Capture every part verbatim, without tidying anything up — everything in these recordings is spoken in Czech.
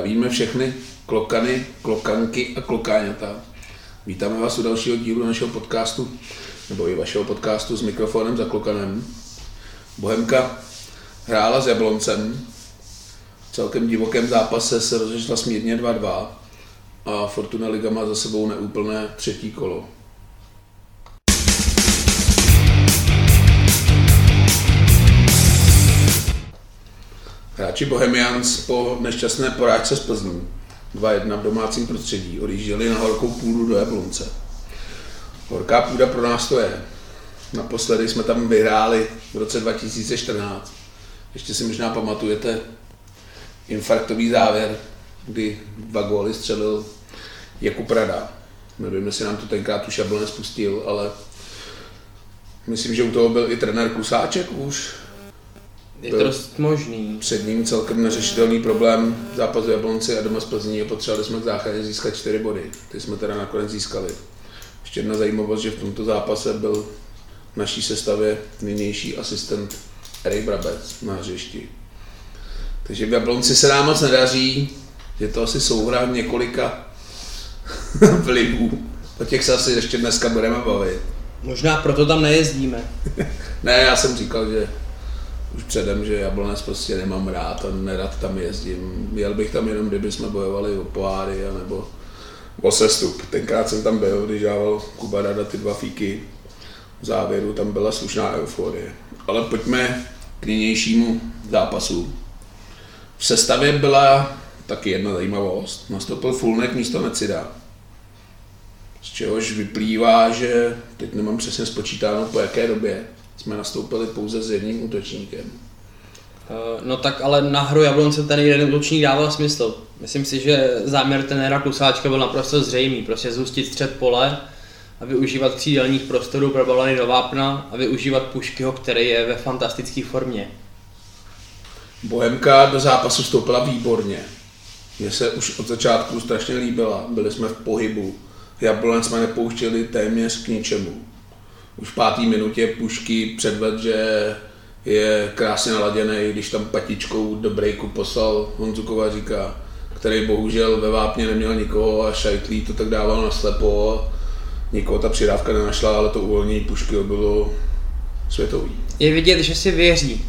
Zdravíme všechny klokany, klokanky a klokáňata. Vítáme vás u dalšího dílu našeho podcastu, nebo i vašeho podcastu s mikrofonem za klokanem. Bohemka hrála s Jabloncem. V celkem divokém zápase se rozešla smírně dva dva a Fortuna Liga má za sebou neúplné třetí kolo. Hráči Bohemians po nešťastné porážce z Plzní dva jedna v domácím prostředí odjížděli na horkou půdu do Jablonce. Horká půda pro nás to je. Naposledy jsme tam vyhráli v roce dva tisíce čtrnáct. Ještě si možná pamatujete infarktový závěr, kdy dva góly střelil Jakub Rada. Nevím, jestli nám to tenkrát už Jablonec spustil, ale myslím, že u toho byl i trenér Klusáček už. Je to dost možný. Před ním celkem neřešitelný problém zápasu Jablonci a doma z Plzní a potřebovali jsme k záchraně získat čtyři body. Ty jsme teda nakonec získali. Ještě jedna zajímavost, že v tomto zápase byl v naší sestavě nynější asistent Erik Brabec na hřišti. Takže v Jablonci se nám moc nedaří, je to asi souhra několika vlivů. O těch se asi ještě dneska budeme bavit. Možná proto tam nejezdíme. Ne, já jsem říkal, že už předem, že Jablonec prostě nemám rád a nerad tam jezdím. Jel bych tam jenom, kdyby jsme bojovali o poháry nebo o sestup. Tenkrát jsem tam byl, když dával Kuba Rada ty dva fíky. V závěru tam byla slušná euforie. Ale pojďme k nynějšímu zápasu. V sestavě byla taky jedna zajímavost. Nastoupil Fulnek místo Necida. Z čehož vyplývá, že teď nemám přesně spočítáno po jaké době jsme nastoupili pouze s jedním útočníkem. No tak ale na hru Jablonce ten jeden útočník dával smysl. Myslím si, že záměr trenéra Klusáčka byl naprosto zřejmý. Prostě zhustit střed pole a využívat křídelních prostorů pro balony do vápna a využívat Puškyho, který je ve fantastické formě. Bohemka do zápasu vstoupila výborně. Mně se už od začátku strašně líbila. Byli jsme v pohybu. Jablonec jsme nepouštěli téměř k ničemu. Už v páté minutě Pušky předvedl, že je krásně naladěný, když tam patičkou do breaku poslal Honzu Kovaříka, který bohužel ve vápně neměl nikoho a Šajtlí to tak dával na slepo. Nikoho ta přidávka nenašla, ale to uvolnění Pušky bylo světový. Je vidět, že si věří.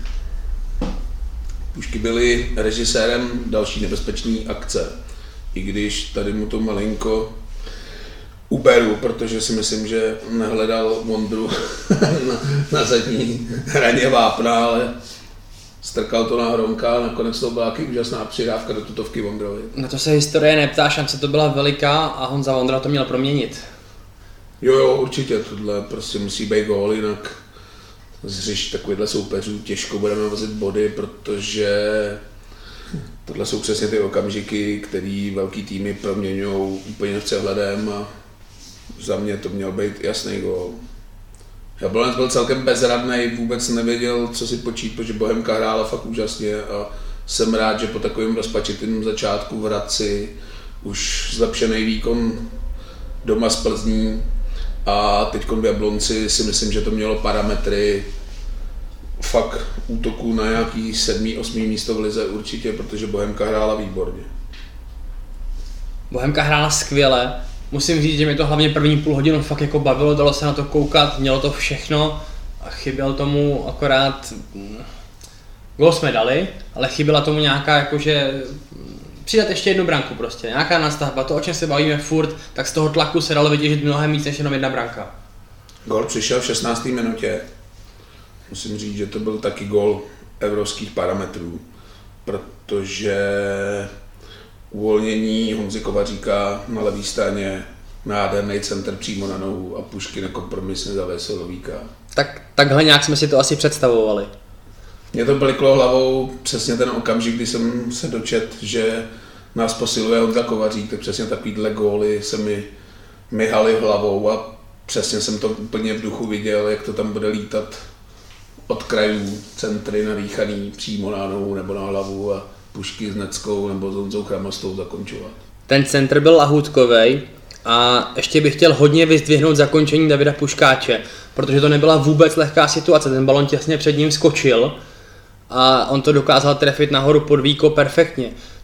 Pušky byly režisérem další nebezpečné akce, i když tady mu to malinko uberu, protože si myslím, že nehledal Vondru na, na zadní hraně vápna, ale strkal to na Hronka a nakonec to byla taky úžasná přidávka do tutovky Vondrovi. Na to se historie neptá, šance to byla veliká a Honza Vondra to měl proměnit. Jo, jo, určitě, tohle prostě musí být gól, jinak z hřišť takovýchhle soupeřů těžko budeme vozit body, protože tohle jsou přesně ty okamžiky, který velký týmy proměňují úplně přehledem a za mě to měl být jasný gól. Jablonec byl celkem bezradný, vůbec nevěděl, co si počít, protože Bohemka hrála fakt úžasně a jsem rád, že po takovém rozpačitém začátku v Hradci už zlepšený výkon doma z Plzní a teď v Jablonci si myslím, že to mělo parametry fakt útoku na nějaký sedmý, osmý místo v lize určitě, protože Bohemka hrála výborně. Bohemka hrála skvěle. Musím říct, že mě to hlavně první půl hodinu fakt jako bavilo, dalo se na to koukat, mělo to všechno a chyběl tomu akorát, gól jsme dali, ale chyběla tomu nějaká jakože přidat ještě jednu branku prostě, nějaká nastavba, to o čem se bavíme furt, tak z toho tlaku se dalo vytěžit mnohem víc než jenom jedna branka. Gól přišel v šestnácté minutě, musím říct, že to byl taky gól evropských parametrů, protože uvolnění Honzy Kovaříka na levé straně, nádherný center přímo na nohu a Pušky nekompromisně zavěsil do víka. Tak, takhle nějak jsme si to asi představovali. Mně to bliklo hlavou přesně ten okamžik, kdy jsem se dočet, že nás posiluje Honza Kovařík, tak přesně takovýhle góly se mi myhaly hlavou a přesně jsem to úplně v duchu viděl, jak to tam bude lítat od krajů, centry narýchaný přímo na nohu nebo na hlavu a Pušky s Neckou nebo s Honzou Chramostou zakončovat. Ten centr byl lahůdkovej a ještě bych chtěl hodně vyzdvihnout zakončení Davida Puškáče, protože to nebyla vůbec lehká situace, ten balon těsně před ním skočil a on to dokázal trefit nahoru pod víko perfektně.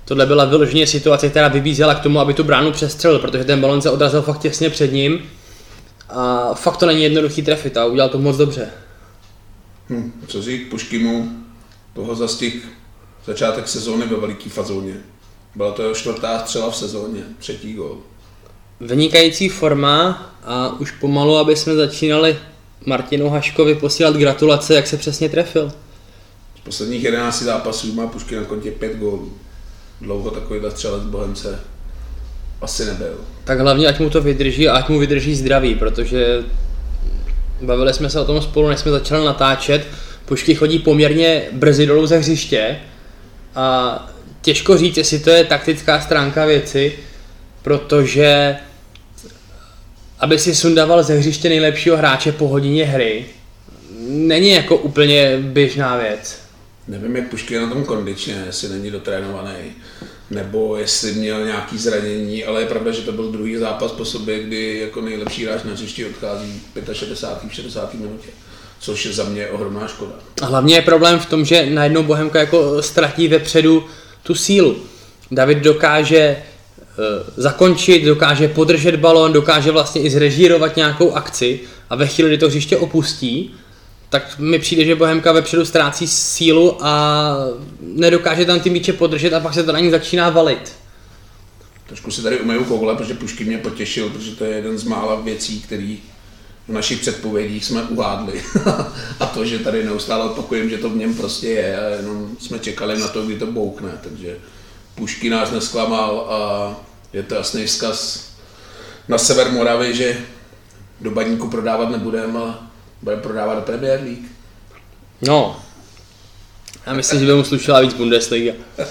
tohle byla vyloženě situace, která vybízela k tomu, aby tu bránu přestřelil, protože ten balon se odrazil fakt těsně před ním a fakt to není jednoduchý trefit a udělal to moc dobře. Hm, co říct, Puškimu toho zastihl začátek sezóny ve veliký fazóně. Byla to jeho čtvrtá střela v sezóně, třetí gól. Vynikající forma a už pomalu, aby jsme začínali Martinu Haškovi posílat gratulace, jak se přesně trefil. Z posledních jedenácti zápasů má Puškin na kontě pět gólů. Dlouho takovýhle střelec Bohemce asi nebyl. Tak hlavně ať mu to vydrží a ať mu vydrží zdraví, protože bavili jsme se o tom spolu, než jsme začali natáčet. Pušky chodí poměrně brzy dolů ze hřiště a těžko říct, jestli to je taktická stránka věci, protože aby si sundával ze hřiště nejlepšího hráče po hodině hry, není jako úplně běžná věc. Nevím, jak Pušky je na tom kondičně, jestli není dotrénovaný, nebo jestli měl nějaký zranění, ale je pravda, že to byl druhý zápas po sobě, kdy jako nejlepší hráč na hřišti odchází v šedesátém pátém v šedesátém minutě, což je za mě ohromná škoda. A hlavně je problém v tom, že najednou Bohemka jako ztratí vepředu tu sílu. David dokáže zakončit, dokáže podržet balón, dokáže vlastně i zrežírovat nějakou akci a ve chvíli, kdy to hřiště opustí, tak mi přijde, že Bohemka vepředu ztrácí sílu a nedokáže tam ty míče podržet a pak se to na ní začíná valit. Trošku si tady umeju koule, protože Pušky mě potěšil, protože to je jeden z mála věcí, který v našich předpovědích jsme uhádli. A to, že tady neustále opakujeme, že to v něm prostě je a jenom jsme čekali na to, kdy to boukne, takže Pušky nás nesklamal a je to jasný vzkaz na sever Moravy, že do Baníku prodávat nebudeme, ale budeme prodávat do Premier League. No, já myslím, že by mu slušela víc Bundesliga.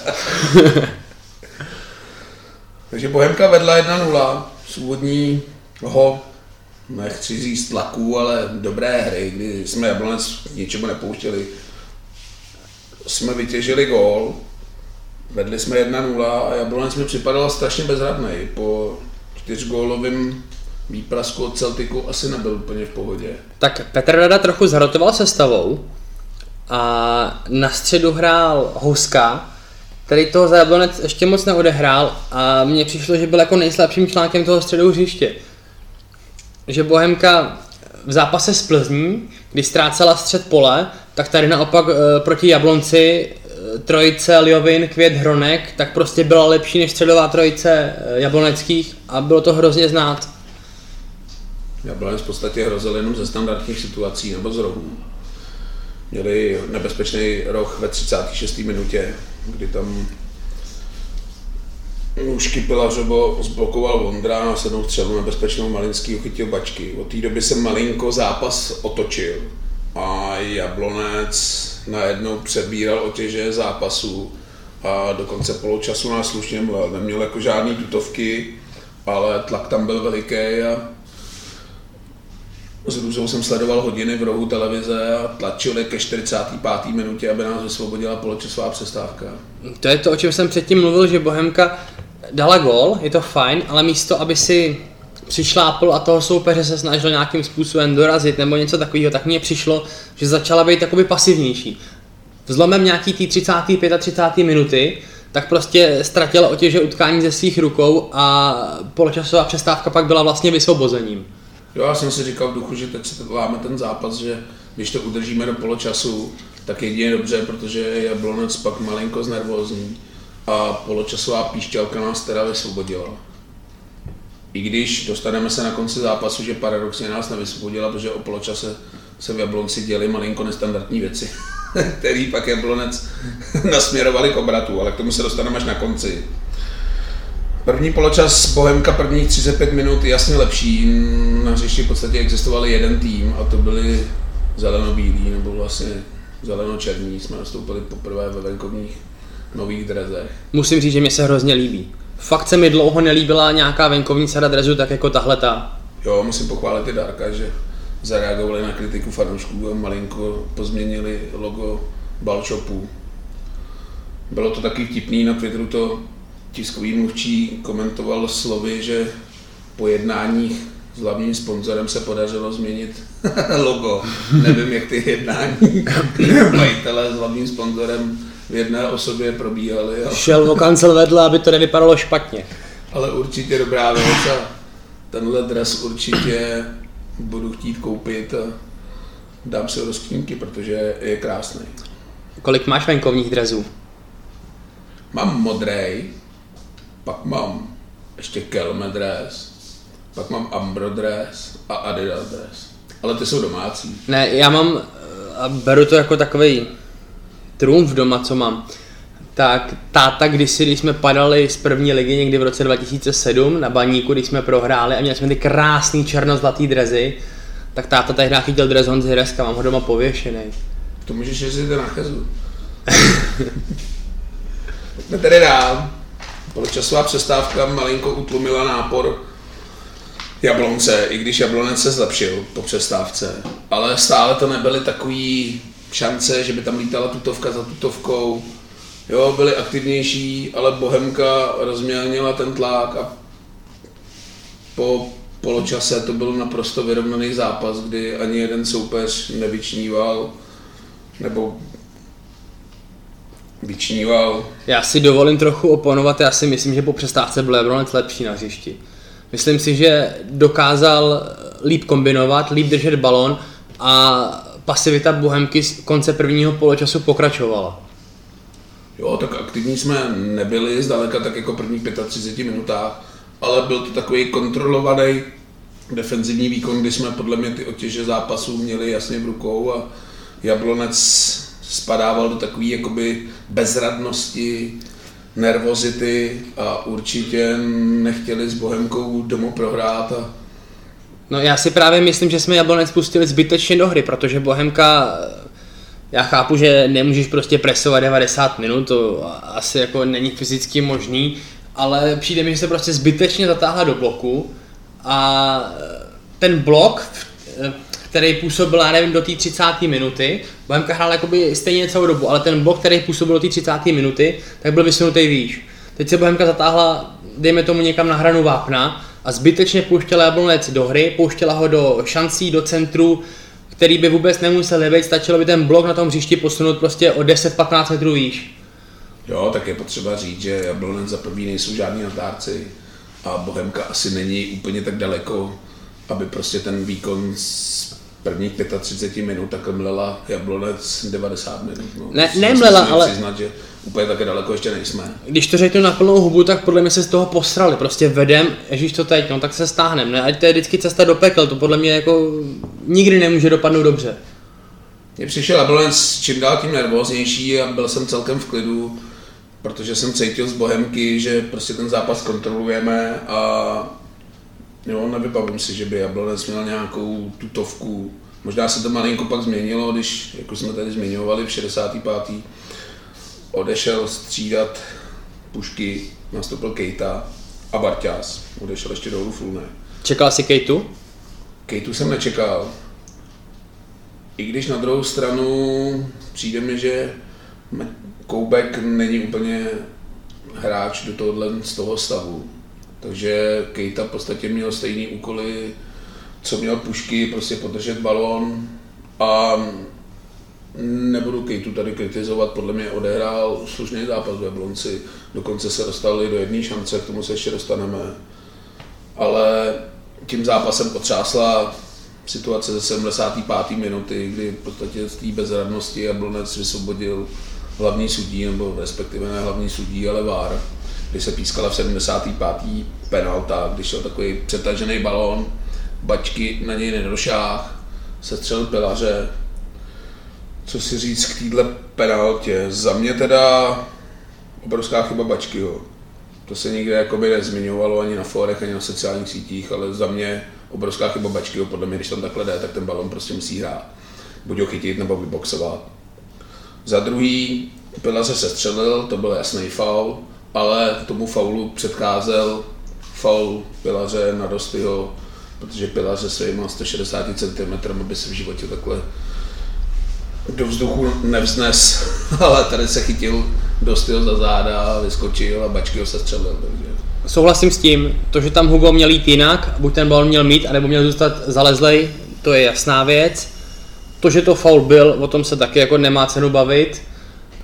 Takže Bohemka vedla jedna nula z úvodního, nechci říct tlaku, ale dobré hry, kdy jsme Jablonec ničemu nepouštěli. Jsme vytěžili gól, vedli jsme jedna nula a Jablonec mi připadal strašně bezradnej. Po čtyřgólovém výprasku od Celticu asi nebyl úplně v pohodě. Tak Petr Rada trochu zarotoval sestavou a na středu hrál Houska, který toho za Jablonec ještě moc neodehrál a mně přišlo, že byl jako nejslabším článkem toho středu hřiště. Že Bohemka v zápase s Plzní, kdy ztrácela střed pole, tak tady naopak e, proti Jablonci e, trojice Ljovin, Květ, Hronek, tak prostě byla lepší než středová trojice e, jabloneckých a bylo to hrozně znát. Jablonec v podstatě hrozil jenom ze standardních situací nebo z rohů. Měli nebezpečný roh ve třicáté šesté minutě, kdy tam Nůžky Pilařovo zblokoval Vondra a následnou střelu nebezpečnou Malinský chytil Bačky. Od té doby se malinko zápas otočil a Jablonec najednou přebíral otěže zápasů a do konce poločasu nás slušně mlel. Neměl jako žádný tutovky, ale tlak tam byl veliký a s Růzou jsem sledoval hodiny v rohu televize a tlačili ke čtyřicáté páté minutě, aby nás vysvobodila poločasová přestávka. To je to, o čem jsem předtím mluvil, že Bohemka dala gól, je to fajn, ale místo, aby si přišlápl a toho soupeře se snažil nějakým způsobem dorazit nebo něco takového, tak mně přišlo, že začala být takoby pasivnější. Vzlomem nějaký té třicáté třicáté páté minuty, tak prostě ztratila otěže utkání ze svých rukou a poločasová přestávka pak byla vlastně vysvobozením. Jo, já jsem si říkal v duchu, že teď se máme ten zápas, že když to udržíme do poločasu, tak jedině dobře, protože je Jablonec pak malinko znervózní a poločasová píšťalka nás teda vysvobodila. I když dostaneme se na konci zápasu, že paradoxně nás nevysvobodila, protože o poločase se v Jablonci děli malinko nestandardní věci, který pak Jablonec nasměrovali k obratu, ale k tomu se dostaneme až na konci. První poločas Bohemka prvních třicet pět minut jasně lepší, na hřišti v podstatě existoval jeden tým a to byli zeleno-bílí nebo vlastně zeleno-černí, jsme nastoupili poprvé ve venkovních nových drezech. Musím říct, že mi se hrozně líbí. Fakt se mi dlouho nelíbila nějaká venkovní sada drezu tak jako tahleta. Jo, musím pochválit i Darka, že zareagovali na kritiku fanoušků a malinko pozměnili logo Balčopů. Bylo to taky vtipný, na Twitteru to tiskový mluvčí komentoval slovy, že po jednáních s hlavním sponzorem se podařilo změnit logo. Nevím, jak ty jednání majitele s hlavním sponzorem v jedné osobě probíhaly. A... Šel o kancel vedle, aby to nevypadalo špatně. Ale určitě dobrá věc a tenhle dres určitě budu chtít koupit a dám si ho do skřínky, protože je krásný. Kolik máš venkovních dresů? Mám modrej, pak mám ještě Kelme dres, pak mám Ambro dres a Adidas dres. Ale ty jsou domácí. Ne, já mám, a beru to jako takovej trumf doma, co mám. Tak táta kdysi, když jsme padali z první ligy někdy v roce dva tisíce sedm na Baníku, když jsme prohráli a měli jsme ty krásný černozlatý drezy, tak táta tehdy chytil dres Honzy Reska, mám ho doma pověšený. To můžeš jezdit na Chezu. Pojďme tedy dál. Poločasová přestávka malinko utlumila nápor Jablonce, i když Jablonec se zlepšil po přestávce. Ale stále to nebyly takový šance, že by tam lítala tutovka za tutovkou. Jo, byli aktivnější, ale Bohemka rozmělnila ten tlak a po poločase to byl naprosto vyrovnaný zápas, kdy ani jeden soupeř nevyčníval, nebo vyčníval. Já si dovolím trochu oponovat, já si myslím, že po přestávce byl Jablonec lepší na hřišti. Myslím si, že dokázal líp kombinovat, líp držet balon a pasivita Bohemky z konce prvního poločasu pokračovala. Jo, tak aktivní jsme nebyli zdaleka tak jako prvních třicet pět minutách, ale byl to takový kontrolovaný defenzivní výkon, kdy jsme podle mě ty otěže zápasů měli jasně v rukou a Jablonec spadával do takové jakoby bezradnosti, nervozity a určitě nechtěli s Bohemkou domů prohrát. A... No já si právě myslím, že jsme Jablonec pustili zbytečně do hry, protože Bohemka, já chápu, že nemůžeš prostě presovat devadesát minut, to asi jako není fyzicky možný, ale přijde mi, že se prostě zbytečně zatáhla do bloku a ten blok, který působil, já nevím, do té třicáté minuty, Bohemka hrál jakoby stejně celou dobu, ale ten blok, který působil do té třicáté minuty, tak byl vysunutý výš. Teď se Bohemka zatáhla, dejme tomu někam na hranu vápna a zbytečně pouštěla Jablonec do hry, pouštěla ho do šancí, do centru, který by vůbec nemusel být, stačilo by ten blok na tom hřišti posunout prostě o deset patnáct metrů výš. Jo, tak je potřeba říct, že Jablonec za první nejsou žádní natárci a Bohemka asi není úplně tak daleko, aby prostě ten výkon z prvních třicet pět minut tak mlela Jablonec devadesát minut. No. Ne, nemlela, ale... přiznat, že úplně také daleko ještě nejsme. Když to řeknu na plnou hubu, tak podle mě se z toho posrali. Prostě vedem, ježíš to teď, no tak se stáhnem, ne? Ať to je vždycky cesta do pekel, to podle mě jako nikdy nemůže dopadnout dobře. Mně přišel Jablonec čím dál tím nervóznější a byl jsem celkem v klidu, protože jsem cítil z Bohemky, že prostě ten zápas kontrolujeme a jo, nevybavím si, že by Jablonec měl nějakou tutovku. Možná se to malinko pak změnilo, když, jako jsme tady zmiňovali, v šedesátém pátém odešel střídat Pušky, nastoupil Kejta a Barťás. Odešel ještě dolů Fulné. Čekal jsi Kejtu? Kejtu jsem nečekal. I když na druhou stranu přijde mi, že Koubek není úplně hráč do tohohle, z toho stavu. Takže Kejta v podstatě měl stejný úkoly, co měl Pušky, prostě podržet balón a nebudu Kejtu tady kritizovat, podle mě odehrál slušný zápas v Jablonci, dokonce se dostali do jedné šance, k tomu se ještě dostaneme, ale tím zápasem otřásla situace ze sedmdesáté páté minuty, kdy v podstatě z té bezradnosti Jablonec vysvobodil hlavní sudí, nebo respektive ne hlavní sudí, ale V A R, kdy se pískala v sedmdesáté páté penalta, když šel takový přetažený balón, Bačky na něj nedošáh, sestřelil Pilaře. Co si říct k téhle penaltě? Za mě teda obrovská chyba Bačkyho. To se nikde jakoby nezmiňovalo ani na fórech, ani na sociálních sítích, ale za mě obrovská chyba Bačkyho. Podle mě, když tam takhle jde, tak ten balón prostě musí hrát. Buď ho chytit, nebo vyboxovat. Za druhý, Pilaře sestřelil, to byl jasný faul, ale tomu faulu předcházel faul Pilaře na Dostyho, protože Pilaře svýma sto šedesát centimetrů by se v životě takhle do vzduchu nevznes, ale tady se chytil Dostyho za záda, vyskočil a Bačkyho sestřelil. Takže... Souhlasím s tím, to, že tam Hugo měl jít jinak, buď ten balón měl mít, anebo měl zůstat zalezlej, to je jasná věc. To, že to faul byl, o tom se taky jako nemá cenu bavit.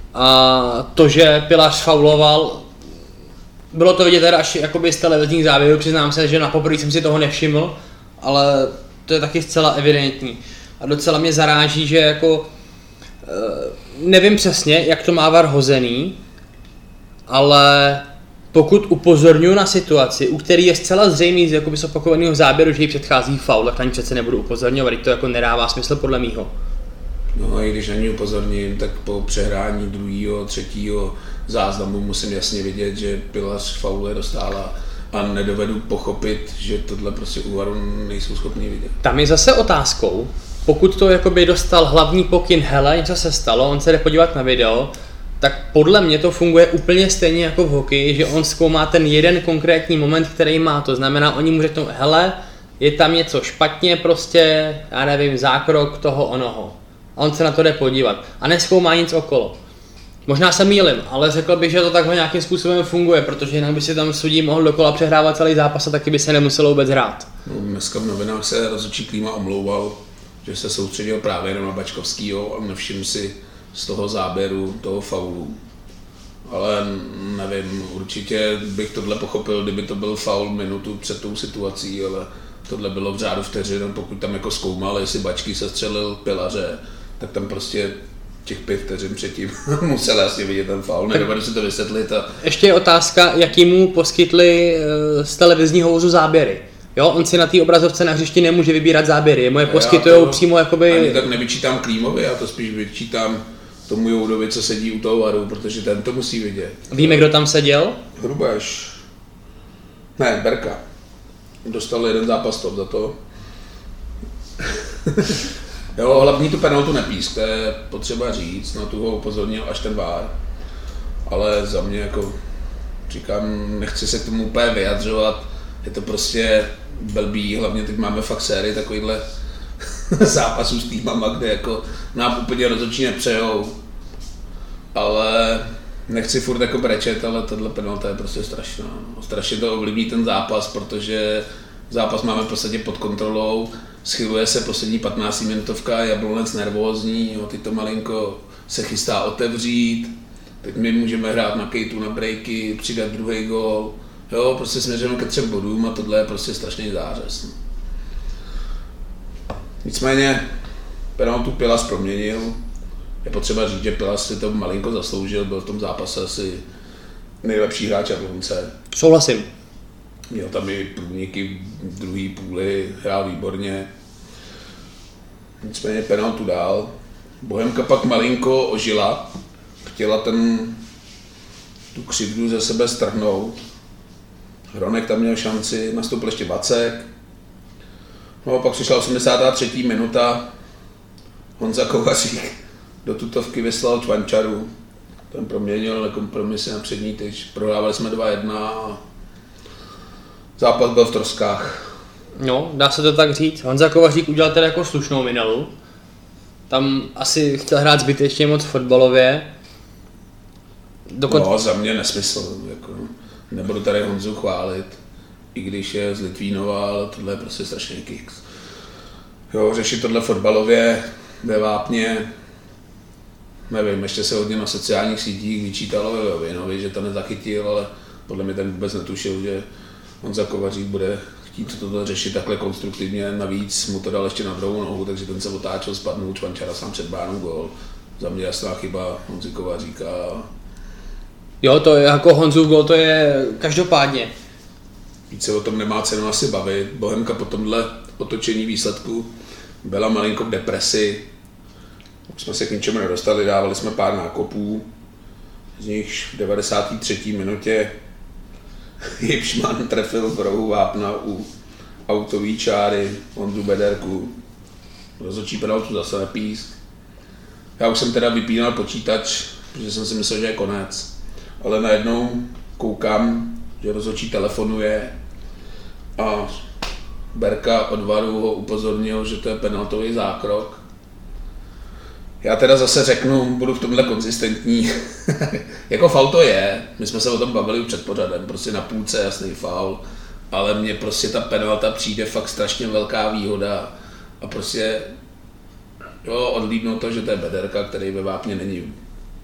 A to, že Pilař fauloval, bylo to vidět teda až jakoby z televizních záběrů, přiznám se, že na poprvé jsem si toho nevšiml, ale to je taky zcela evidentní. A docela mě zaráží, že jako nevím přesně, jak to má V A R hozený, ale pokud upozorňuji na situaci, u který je zcela zřejmý z jakoby z opakovaného záběru, že jí předchází faul, tak na ní přece nebudu upozorňovat, to jako nedává smysl podle mýho. No a i když na ní upozorním, tak po přehrání druhého, třetího záznamu musím jasně vidět, že Pilař fauluje dostála a nedovedu pochopit, že tohle prostě u V A R nejsou schopni vidět. Tam je zase otázkou, pokud to jakoby dostal hlavní pokyn, hele, něco se stalo, on se jde podívat na video, tak podle mě to funguje úplně stejně jako v hokeji, že on zkoumá ten jeden konkrétní moment, který má, to znamená, oni mu řeknou, hele, je tam něco špatně, prostě, já nevím, zákrok toho onoho. A on se na to jde podívat a nezkoumá nic okolo. Možná se mýlim, ale řekl bych, že to takhle nějakým způsobem funguje, protože jinak by si tam sudí mohl dokola přehrávat celý zápas a taky by se nemuselo vůbec hrát. No, dneska v novinách se rozhodčí Klíma omlouval, že se soustředil právě jenom na Bačkovskýho a nevšiml si z toho záběru toho faulu. Ale nevím, určitě bych tohle pochopil, kdyby to byl faul minutu před tou situací, ale tohle bylo v řádu vteřin, pokud tam jako zkoumal, jestli Bačký se střelil Pilaře, tak tam prostě těch pět vteřin předtím musel jasně vidět ten faul, nedovedu si to vysvětlit. A... Ještě je otázka, jaký mu poskytli z televizního hovoru záběry. Jo, on si na té obrazovce na hřišti nemůže vybírat záběry, mu je poskytujou přímo jakoby... Ani tak nevyčítám Klímovi, já to spíš vyčítám tomu Joudovi, co sedí u toho V A R, protože ten to musí vidět. Víme, kdo tam seděl? Hrubeš. Ne, Berka. Dostal jeden zápas top za to. Jo, hlavní tu penaltu nepísk, to je potřeba říct, na tu ho upozornil až ten V A R. Ale za mě jako říkám, nechci se k tomu úplně vyjadřovat, je to prostě blbý, hlavně teď máme fakt sérii takovýhle zápasů s týmama, kde jako nám úplně rozhodčí nepřejou. Ale nechci furt jako brečet, ale tohle penalta je prostě strašná. No. Strašně to ovlivní ten zápas, protože zápas máme v podstatě pod kontrolou, schyluje se poslední patnáctiminutovka, Jablonec nervózní, jo, teď to malinko se chystá otevřít, teď my můžeme hrát na kejtu, na breaky, přidat druhý gól, jo, prostě směřujeme ke třem bodům a tohle je prostě strašný zářez. No. Nicméně penaltu Pilař proměnil, je potřeba říct, že Pilař si to malinko zasloužil, byl v tom zápase asi nejlepší hráč Jablonce. Souhlasím. Měl tam i průniky v druhé půli, hrál výborně. Nicméně penaltu dál. Bohemka pak malinko ožila, chtěla ten, tu křivdu ze sebe strhnout. Hronek tam měl šanci, nastoupil ještě Vacek. No a pak přišla osmdesátá třetí minuta, Honza Kovařík do tutovky vyslal Čvančaru. Ten proměnil nekompromisy na přední tyč. Prohrávali jsme dva jedna a zápas byl v troskách. No, dá se to tak říct. Honza Kovařík udělal teda jako slušnou minelu. Tam asi chtěl hrát zbytečně moc fotbalově. Dokon... No, za mě nesmysl. Jako, nebudu tady Honzu chválit, i když je z Litvínova, ale tohle je prostě strašný kiks. Jo, řešit tohle fotbalově ve Vápně, nevím, ještě se hodně na sociálních sítích vyčítalo Jovinovi, že to nezachytil, ale podle mě ten vůbec netušil, že Honza Kovařík bude chtít toto řešit takhle konstruktivně, navíc mu to dal ještě na druhou nohu, takže ten se otáčel, spadnul, Čvančara sám před bránou gól. Za mě jasná chyba Honzy Kovaříka. Jo, to je jako Honzův gól, to je každopádně. Více o tom nemá cenu asi bavit. Bohemka po tomhle otočení výsledku byla malinko v depresi. Už jsme se k ničemu nedostali, dávali jsme pár nákopů. Z nich v devadesáté třetí minutě Jipšman trefil v rohu Vápna u autový čáry Honzu Bederku. Rozhodčí penaltu zase nepísk. Já už jsem teda vypínal počítač, protože jsem si myslel, že je konec. Ale najednou koukám, že rozhodčí telefonuje a Berka od V A R ho upozornil, že to je penaltový zákrok. Já teda zase řeknu, budu v tomhle konzistentní. Jako faul to je, my jsme se o tom bavili před pořadem, prostě na půlce jasný faul, ale mně prostě ta penalta přijde fakt strašně velká výhoda a prostě jo, odlídnout to, že to je Bederka, který ve Vápně není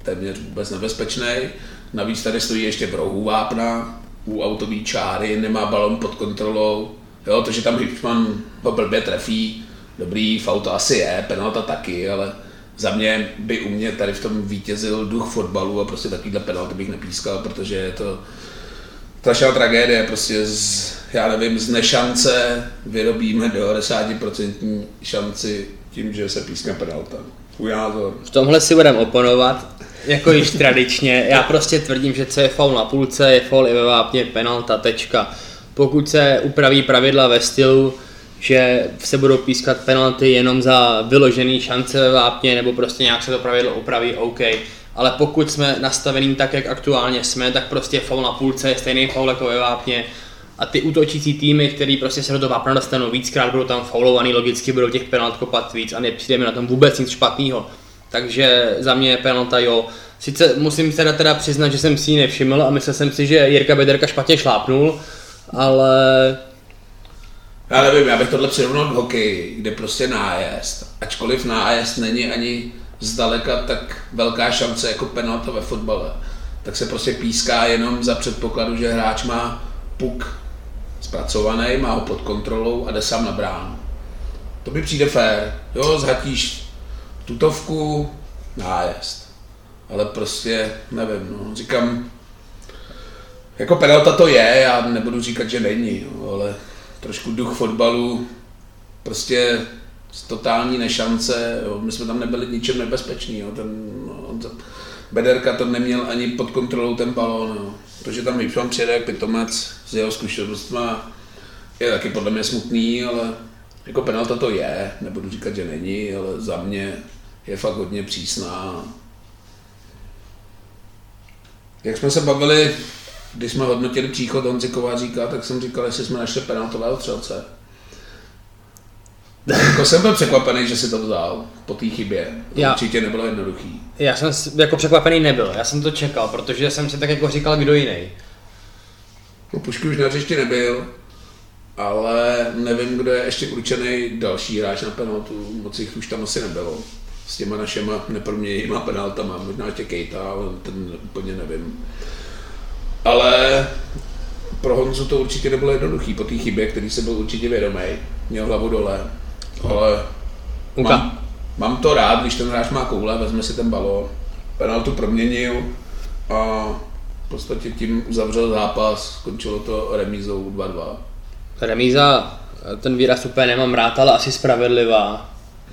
téměř vůbec nebezpečný. Navíc tady stojí ještě v rohu vápna, u autové čáry, nemá balon pod kontrolou. Jo, to, že tam Hipman ho blbě trefí, dobrý, faul to asi je, penalta taky, ale za mě by u mě tady v tom vítězil duch fotbalu a prostě takovýhle penalty bych nepískal, protože je to strašná tragédie, prostě z, já nevím, z nešance vyrobíme devadesát procent šanci tím, že se pískne penalta. Tvůj názor. V tomhle si budeme oponovat, jako již tradičně. Já prostě tvrdím, že co je faul na půlce, je faul i ve vápně, penalta, tečka. Pokud se upraví pravidla ve stylu, že se budou pískat penalty jenom za vyložený šance ve vápně, nebo prostě nějak se to pravidlo upraví, OK. Ale pokud jsme nastavení tak, jak aktuálně jsme, tak prostě faul na půlce je stejný faul jako ve vápně. A ty útočící týmy, který prostě se do toho vápna dostanou víckrát, budou tam faulovaný, logicky budou těch penalt kopat víc a nepřijde mi na tom vůbec nic špatného. Takže za mě je penalta jo. Sice musím teda, teda přiznat, že jsem si ji nevšiml a myslel jsem si, že Jirka Bederka špatně šlápnul, ale... Já nevím, já bych tohle přirovnal k hokeji, kde prostě nájezd, ačkoliv nájezd není ani zdaleka tak velká šance jako penalta ve fotbale, tak se prostě píská jenom za předpokladu, že hráč má puk zpracovaný, má ho pod kontrolou a jde sám na bránu. To by přijde fér, jo, zhatíš tutovku, nájezd, ale prostě nevím, no, říkám, jako penalta to je, já nebudu říkat, že není, jo, ale trošku duch fotbalu, prostě z totální nešance, jo, my jsme tam nebyli ničem nebezpeční, jo, ten, no, Bederka to neměl ani pod kontrolou ten balón, jo. To, že tam Hipman přijede jak pitomec s jeho zkušenostma, je taky podle mě smutný, ale jako penalta to je, nebudu říkat, že není, ale za mě je fakt hodně přísná. Jak jsme se bavili, když jsme hodnotili příchod Honzy Kováříka, tak jsem říkal, jestli jsme našli penaltového střelce. Jako jsem byl překvapený, že si to vzal po té chybě. To já, určitě nebylo jednoduchý. Já jsem jako překvapený nebyl, já jsem to čekal, protože jsem si tak jako říkal, kdo jiný. No, Pušky už na hřišti nebyl, ale nevím, kdo je ještě určený další hráč na penaltu, moc jich už tam asi nebylo. S těma našima neproměnýma penaltama, možná ještě Kejta, ale ten úplně nevím. Ale pro Honzu to určitě nebylo jednoduchý po té chybě, který se byl určitě vědomý, měl hlavu dole, ale mám, mám to rád, když ten hráč má koule, vezme si ten balón, penaltu proměnil a v podstatě tím uzavřel zápas, skončilo to remízou dva dva. Remíza, ten výraz úplně nemám rád, ale asi spravedlivá.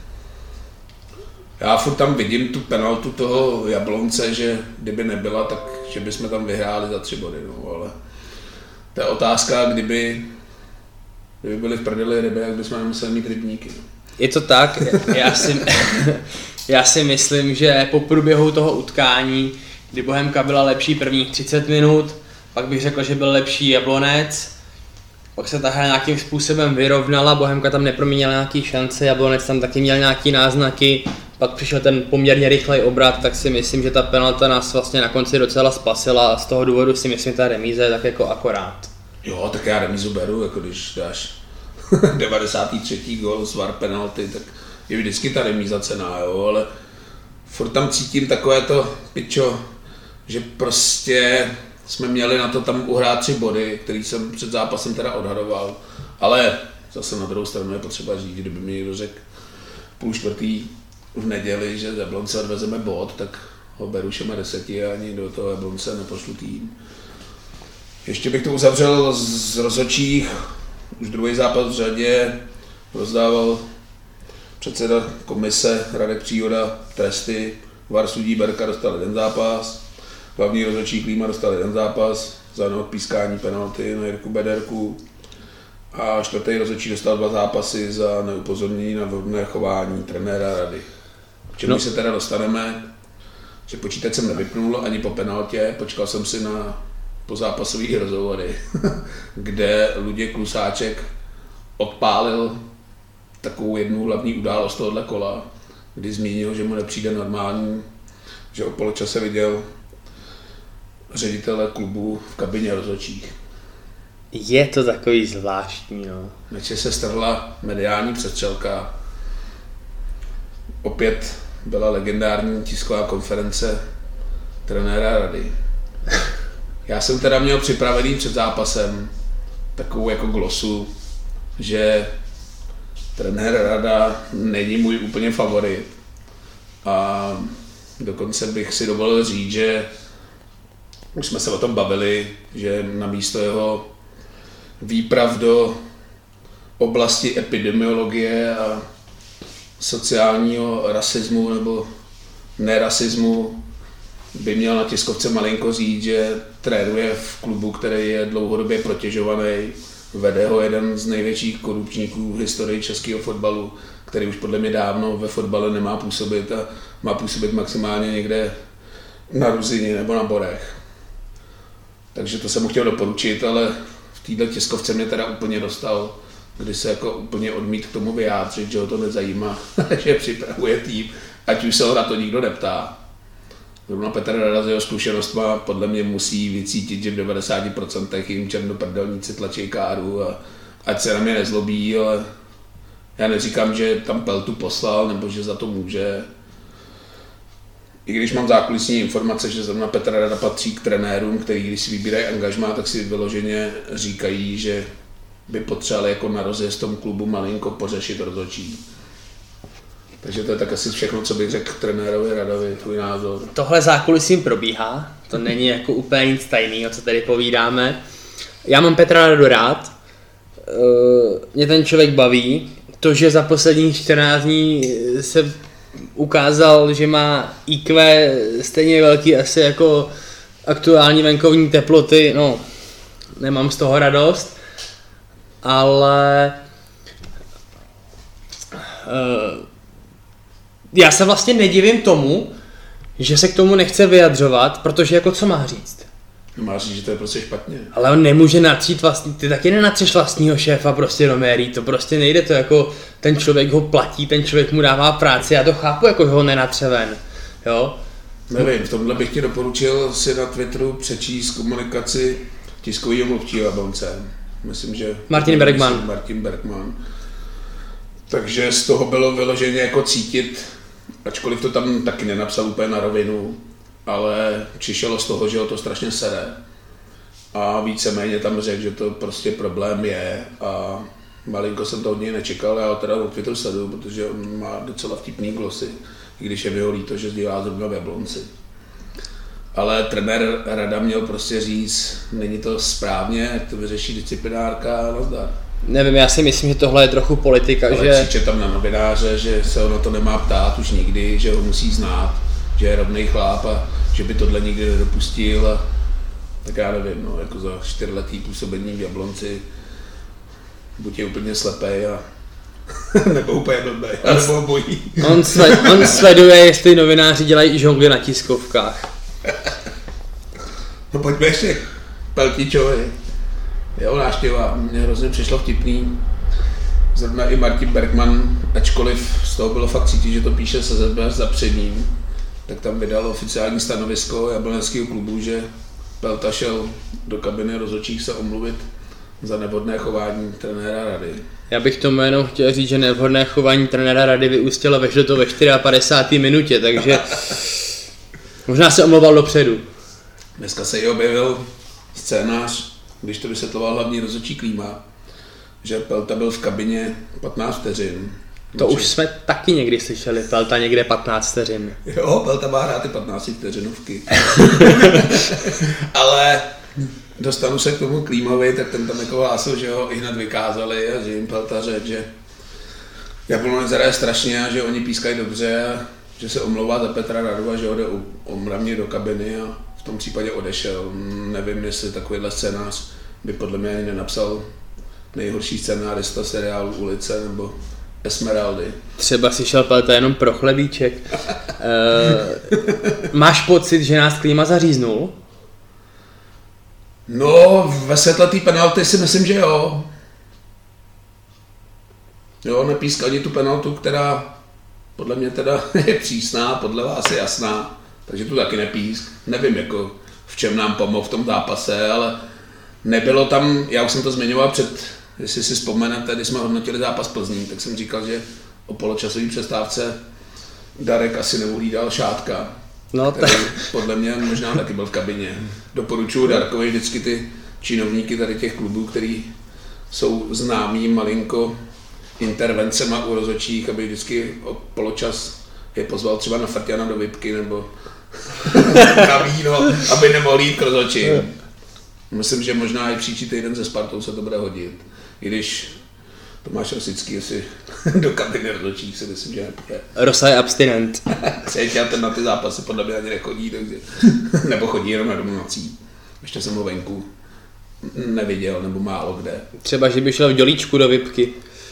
Já furt tam vidím tu penaltu toho Jablonce, že kdyby nebyla, tak že bychom tam vyhráli za tři body, no, ale to je otázka, kdyby, kdyby byli v prdeli ryby, jak bychom nemuseli mít rybníky. No. Je to tak, já si, já si myslím, že po průběhu toho utkání, kdy Bohemka byla lepší prvních třicet minut, pak bych řekl, že byl lepší Jablonec, pak se ta hra nějakým způsobem vyrovnala, Bohemka tam neproměnila nějaký šance, Jablonec tam taky měl nějaký náznaky, pak přišel ten poměrně rychlej obrat, tak si myslím, že ta penalta nás vlastně na konci docela spasila a z toho důvodu si myslím, že ta remíza je tak jako akorát. Jo, tak já remízu beru, jako když dáš devadesátý třetí gól z V A R penalty, tak je vždycky ta remíza cená, jo, ale furt tam cítím takové to pičo, že prostě jsme měli na to tam uhrát tři body, který jsem před zápasem teda odhadoval, ale zase na druhou stranu je potřeba říct, kdyby mi někdo řekl půl čtvrtý v neděli, že Jablonce odvezeme bod, tak ho beru všema deseti a ani do toho Jablonce nepošlu tým. Ještě bych to uzavřel z rozhodčích, už druhý zápas v řadě rozdával předseda komise Radek Příhoda tresty, V A R sudí Berka dostal jeden zápas, hlavní rozhodčí Klíma dostal jeden zápas za neodpískání penalty na Jirku Bederku a čtvrtý rozhodčí dostal dva zápasy za neupozornění na vhodné chování trenéra Rady. K čemu no. se teda dostaneme, že počítač jsem nevypnul ani po penaltě, počkal jsem si na pozápasový rozhovory, kde Luděk Klusáček odpálil takovou jednu hlavní událost tohohle kola, kdy zmínil, že mu nepřijde normální, že o poločase viděl ředitele klubu v kabině rozhodčích. Je to takový zvláštní, no. Než se strhla mediální přestřelka, opět byla legendární tisková konference trenéra Rady. Já jsem teda měl připravený před zápasem takovou jako glosu, že trenér Rada není můj úplně favorit. A dokonce bych si dovolil říct, že už jsme se o tom bavili, že na místo jeho výprav do oblasti epidemiologie a sociálního rasismu nebo nerasismu by měl na tiskovce malinko říct, že trénuje v klubu, který je dlouhodobě protěžovaný, vede ho jeden z největších korupčníků v historii českého fotbalu, který už podle mě dávno ve fotbale nemá působit a má působit maximálně někde na Ruzině nebo na Borech. Takže to jsem mu chtěl doporučit, ale v této tiskovce mě teda úplně dostal, kdy se jako úplně odmít k tomu vyjádřit, že ho to nezajímá, že připravuje tým, ať už se ho na to nikdo neptá. Zrovna Petr Rada s jeho zkušenostma podle mě musí vycítit, že v devadesát procent jim černoprdelníci tlačí káru a ať se na mě nezlobí, ale já neříkám, že tam Peltu poslal nebo že za to může. I když mám zákulisní informace, že zrovna Petr Rada patří k trenérům, který když si vybírají angažmá, tak si vyloženě říkají, že by potřebovali jako na rozjezd tom klubu malinko pořešit rozhodčí. Takže to je tak asi všechno, co bych řekl trenérovi Radovi, tvůj názor. Tohle zákulisím probíhá, to není jako úplně nic tajného, co tady povídáme. Já mám Petra Radu rád, mě ten člověk baví. To, že za posledních čtrnáct dní se ukázal, že má í kvé stejně velký asi jako aktuální venkovní teploty, no, nemám z toho radost, ale uh, já se vlastně nedivím tomu, že se k tomu nechce vyjadřovat, protože jako co má říct? Má říct, že to je prostě špatně. Ale on nemůže natřít vlastní, ty taky nenatřeš vlastního šéfa prostě do médií, to prostě nejde, to jako ten člověk ho platí, ten člověk mu dává práci, já to chápu, jako ho nenatře ven, jo? Nevím, v tomhle bych ti doporučil si na Twitteru přečíst komunikaci tiskového mluvčího Jablonce. Myslím, že... Martin Bergman. Martin Bergman. Takže z toho bylo vyloženě jako cítit, ačkoliv to tam taky nenapsal úplně na rovinu, ale čišelo z toho, že ho to strašně sere. A víceméně tam řekl, že to prostě problém je a malinko jsem to od něj nečekal, já ho teda od Twitteru sleduju, protože on má docela vtipný glosy, i když je mi ho líto, že dělá zrovna v Jablonci. Ale trenér Rada měl prostě říct, není to správně, to vyřeší disciplinárka a nazdar. Nevím, já si myslím, že tohle je trochu politika, ale že... křiče tam na novináře, že se ho na to nemá ptát už nikdy, že ho musí znát, že je rovnej chlap a že by tohle nikdy nedopustil. A... tak já nevím, no, jako za čtyřletý působení v Jablonci buď je úplně slepej a nebo úplně blbej, nebo bojí. On, sled, on sleduje, jestli novináři dělají žongly na tiskovkách. No pojďme ještě Peltičovi. Jeho návštěva mě hrozně přišlo vtipný. Zrovna i Martin Bergman, ačkoliv z toho bylo fakt cítit, že to píše se zet bé es za předním, tak tam vydal oficiální stanovisko Jablonského klubu, že Pelta šel do kabiny rozhodčích se omluvit za nevhodné chování trenéra Rady. Já bych tomu jenom chtěl říct, že nevhodné chování trenéra Rady vyústilo ve to ve padesát čtyři minutě, takže možná se omlouval dopředu. Dneska se jí objevil scénář, když to vysvětloval hlavní rozhodčí Klíma, že Pelta byl v kabině patnáct vteřin. To už jsme taky někdy slyšeli, Pelta někde patnáct vteřin. Jo, Pelta má hrát ty patnáct vteřinovky. Ale dostanu se k tomu Klímovi, tak ten tam jako hlásil, že ho i hned vykázali a že jim Pelta řekl, že Jablonec hraje strašně a že oni pískají dobře a že se omlouvá za Petra Radu a že ho jde omravně do kabiny a v tom případě odešel. Nevím, jestli takovýhle scénář by podle mě ani nenapsal nejhorší scénárista seriálu Ulice nebo Esmeraldy. Třeba si šel Pelta jenom pro chlebíček. e, máš pocit, že nás Klíma zaříznul? No, ve světle té penalty si myslím, že jo. Jo, nepískal ani tu penaltu, která podle mě teda je přísná, podle vás je jasná, takže tu taky nepísk. Nevím, jako v čem nám pomohl v tom zápase, ale nebylo tam, já už jsem to zmiňoval před, jestli si vzpomenete, když jsme hodnotili zápas Plzní, tak jsem říkal, že o poločasové přestávce Darek asi neuhlídal Šátka No, který podle mě možná taky byl v kabině. Doporučuji Darkovi vždycky ty činovníky tady těch klubů, který jsou známí malinko intervencema u rozhodčích, aby vždycky o poločas je pozval třeba na Frťana do Vipky nebo na víno, aby nemohli jít k rozhodčím. Myslím, že možná i příští týden se Spartou se to bude hodit. I když Tomáš Rosický asi do kabiny rozhodčích si myslím, že nepůjde. Rosa je abstinent. Třetí ten na ty zápasy podle mě ani nechodí, takže nebo chodí jenom na domácí. Ještě jsem ho venku neviděl, nebo málo kde. Třeba, že by šel v dělíčku do Vipky.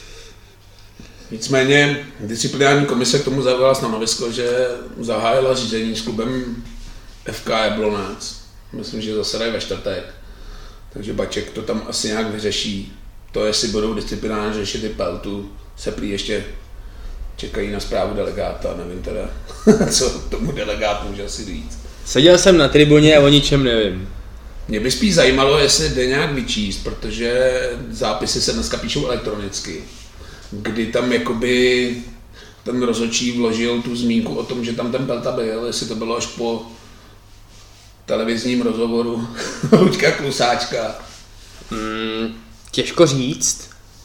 Nicméně disciplinární komise k tomu zaujala stanovisko, že zahájila řízení s klubem F K Jablonec. Myslím, že zasedají ve čtvrtek. Takže Baček to tam asi nějak vyřeší. To, jestli budou disciplinárně řešit ty peltu, se prý ještě čekají na zprávu delegáta. Nevím teda, co tomu delegát může asi říct. Seděl jsem na tribuně a o ničem nevím. Mě by spíš zajímalo, jestli jde nějak vyčíst, protože zápisy se dneska píšou elektronicky. Kdy tam jakoby ten rozhodčí vložil tu zmínku o tom, že tam ten pelta byl, jestli to bylo až po televizním rozhovoru Luďka Klusáčka. Hmm, těžko říct,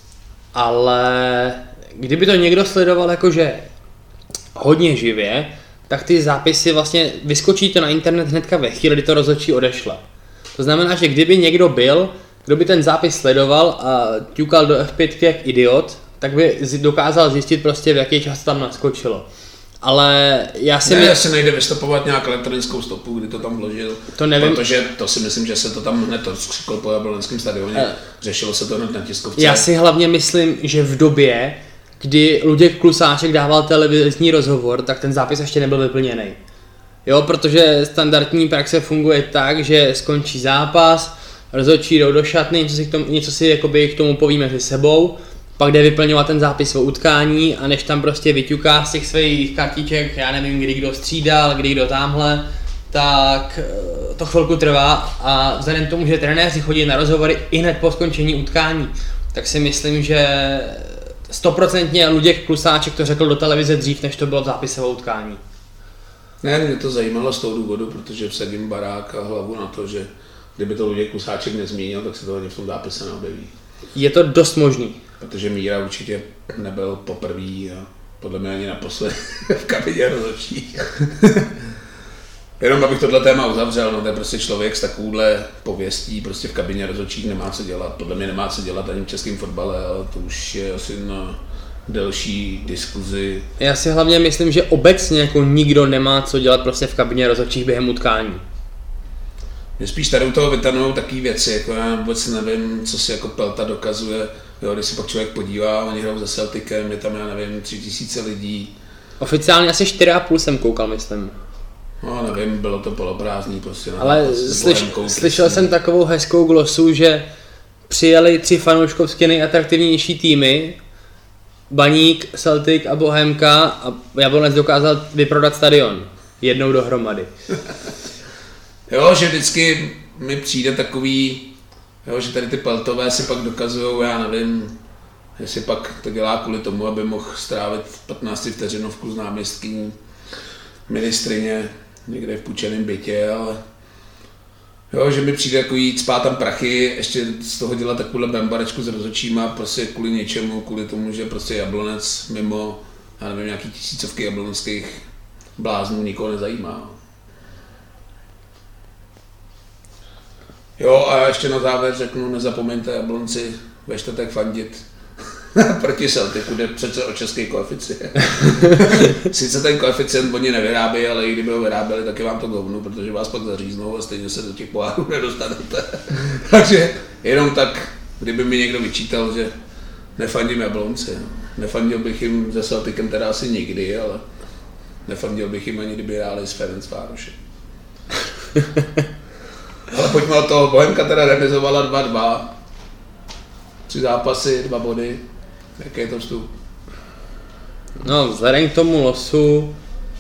ale kdyby to někdo sledoval jakože hodně živě, tak ty zápisy vlastně vyskočí to na internet hnedka ve chvíli, kdy to rozhodčí odešle. To znamená, že kdyby někdo byl, kdo by ten zápis sledoval a ťukal do F pět jak idiot, tak by dokázal zjistit prostě, v jaký čas tam naskočilo. Ale já si... Ne, my... asi nejde vystopovat nějak elektronickou stopu, kdy to tam vložil. To nevím. Protože to si myslím, že se to tam hned rozkřiklo po Jablonském stadioně. Uh, Řešilo se to hned na tiskovce. Já si hlavně myslím, že v době, kdy Luděk Klusáček dával televizní rozhovor, tak ten zápis ještě nebyl vyplněný. Jo, protože standardní praxe funguje tak, že skončí zápas, rozhodčí jdou do šatny, něco si k tomu, něco si jakoby k tomu povíme mezi sebou, pak jde vyplňovat ten zápis o utkání a než tam prostě vyťuká z těch svých kartiček, já nevím, kdy kdo střídal, kdy kdo tamhle, tak to chvilku trvá a vzhledem k tomu, že trenéři chodí na rozhovory i hned po skončení utkání, tak si myslím, že stoprocentně Luděk Klusáček to řekl do televize dřív, než to bylo v zápise o utkání. Ne, mě to zajímalo z toho důvodu, protože vsadím barák a hlavu na to, že kdyby to Luděk Klusáček nezmínil, tak se to ani v tom zápise neobjeví. Je to dost možný. Protože Míra určitě nebyl poprvý a podle mě ani naposled v kabině rozhodčích. Jenom abych tohle téma uzavřel, no to je prostě člověk s takovouhle pověstí, prostě v kabině rozhodčích nemá co dělat. Podle mě nemá co dělat ani v českém fotbale, ale to už je asi na delší diskuzi. Já si hlavně myslím, že obecně jako nikdo nemá co dělat prostě v kabině rozhodčích během utkání. Mě spíš tady u toho vytanují takové věci, jako já vůbec nevím, co si jako Pelta dokazuje. Jo, když si pak člověk podívá, oni hrajou za Celticem, je tam, já nevím, tři tisíce lidí. Oficiálně asi čtyři a půl jsem koukal, myslím. No, nevím, bylo to poloprázdný prostě. Ale slyš, slyšel jsem takovou hezkou glosu, že přijeli tři fanouškovsky nejatraktivnější týmy, Baník, Celtic a Bohemka a Jablonec dokázal vyprodat stadion jednou dohromady. Jo, že vždycky mi přijde takový, jo, že tady ty Peltové si pak dokazujou, já nevím, jestli pak to dělá kvůli tomu, aby mohl strávit patnáct vteřinovku s náměstkyní ministrině někde v půjčeném bytě, ale jo, že mi přijde jako jít spát tam prachy, ještě z toho dělat takovouhle bambarečku s rozhodčíma, prostě kvůli něčemu, kvůli tomu, že prostě Jablonec mimo, já nevím, nějaký tisícovky jablonských bláznů nikoho nezajímá. Jo, a ještě na závěr řeknu, nezapomeňte Jablonci ve čtvrtek fandit proti Celticu, jde přece o český koeficient. Sice ten koeficient oni nevyrábí, ale i kdyby ho vyráběli, tak je vám to govnu, protože vás pak zaříznou a stejně se do těch pohárů nedostanete. Takže jenom tak, kdyby mi někdo vyčítal, že nefandím Jablonci. Nefandil bych jim se Celticem teda asi nikdy, ale nefandil bych jim ani kdyby hráli s Ferencvárošem. Ale pojďme od toho, Bohemka teda remizovala dva dva. Tři zápasy, dva body. Jaký je to vstup? No, vzhledem k tomu losu,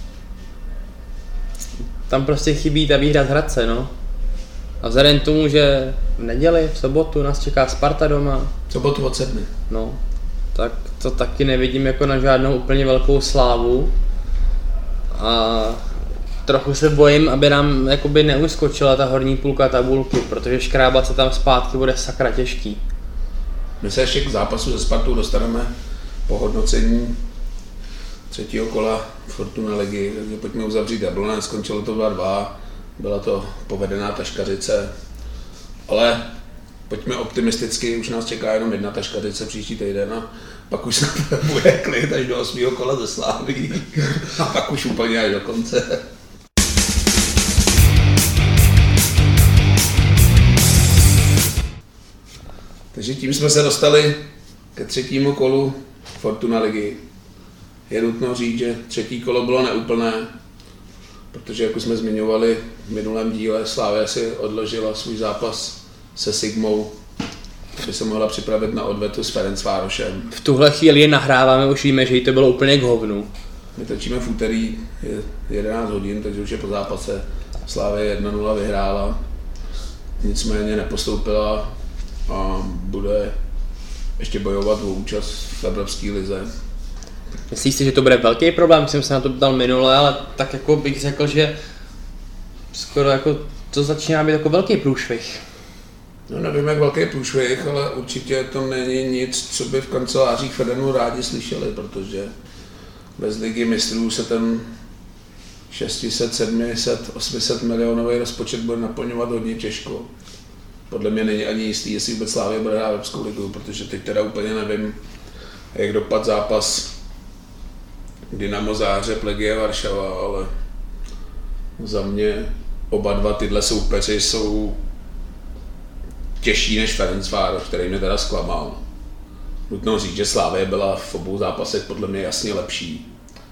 tam prostě chybí ta výhra z Hradce, no. A vzhledem k tomu, že v neděli, v sobotu nás čeká Sparta doma. V sobotu od sedmi. No, tak to taky nevidím jako na žádnou úplně velkou slávu. A trochu se bojím, aby nám jakoby neuskočila ta horní půlka tabulky, protože škrábat se tam zpátky bude sakra těžký. My se ještě k zápasu se Spartou dostaneme po hodnocení třetího kola Fortuna ligy, takže pojďme uzavřít Jablonec, skončilo to dva dva, byla to povedená taškařice, ale pojďme optimisticky, už nás čeká jenom jedna taškařice příští týden a pak už bude klid až do osmého kola ze Sláví a pak už úplně až do konce. Takže tím jsme se dostali ke třetímu kolu Fortuna ligy. Je nutno říct, že třetí kolo bylo neúplné, protože jako jsme zmiňovali v minulém díle, Slavia si odložila svůj zápas se Sigmou, aby se mohla připravit na odvetu s Ferencvárošem. V tuhle chvíli nahráváme, už víme, že jí to bylo úplně k hovnu. My točíme v úterý, je jedenáct hodin, takže už je po zápase. Slavia jedna nula vyhrála, nicméně nepostoupila a bude ještě bojovat o účast v Evropské lize. Myslíš si, že to bude velký problém? Jsem se na to ptal minule, ale tak jako bych řekl, že skoro jako to začíná být jako velký průšvih. No nevím, jak velký průšvih, ale určitě to není nic, co by v kancelářích Fedenu rádi slyšeli, protože bez ligy mistrů se ten šest set, sedm set, osm set milionový rozpočet bude naplňovat hodně těžko. Podle mě není ani jistý, jestli vůbec Slavia bude hrát Evropskou ligu, protože teď teda úplně nevím, jak dopad zápas Dynamo Záhřeb, Legie Varšava, ale za mě oba dva tyhle soupeři jsou těžší než Ferencvároš, který mě teda zklamal. Nutno říct, že Slavia byla v obou zápasech podle mě jasně lepší.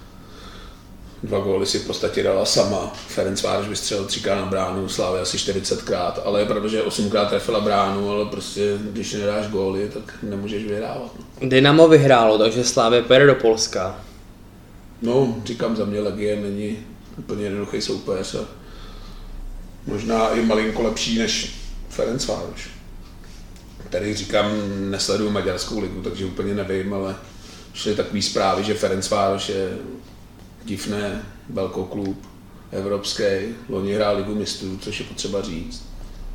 Dva góly si v podstatě dala sama. Ferencvároš vystřelil třikrát na bránu, Slavia asi čtyřicetkrát, ale je pravda, že osmkrát trefila bránu, ale prostě když nedáš góly, tak nemůžeš vyhrávat. No. Dynamo vyhrálo, takže Slavia pojede do Polska. No, říkám, za mě Legie není úplně jednoduchý soupeř a možná i malinko lepší než Ferencvároš. Tady říkám, nesleduju maďarskou ligu, takže úplně nevím, ale šly takové zprávy, že Ferencvároš je divné velkou klub, evropský, loni hrál ligu mistrů, což je potřeba říct.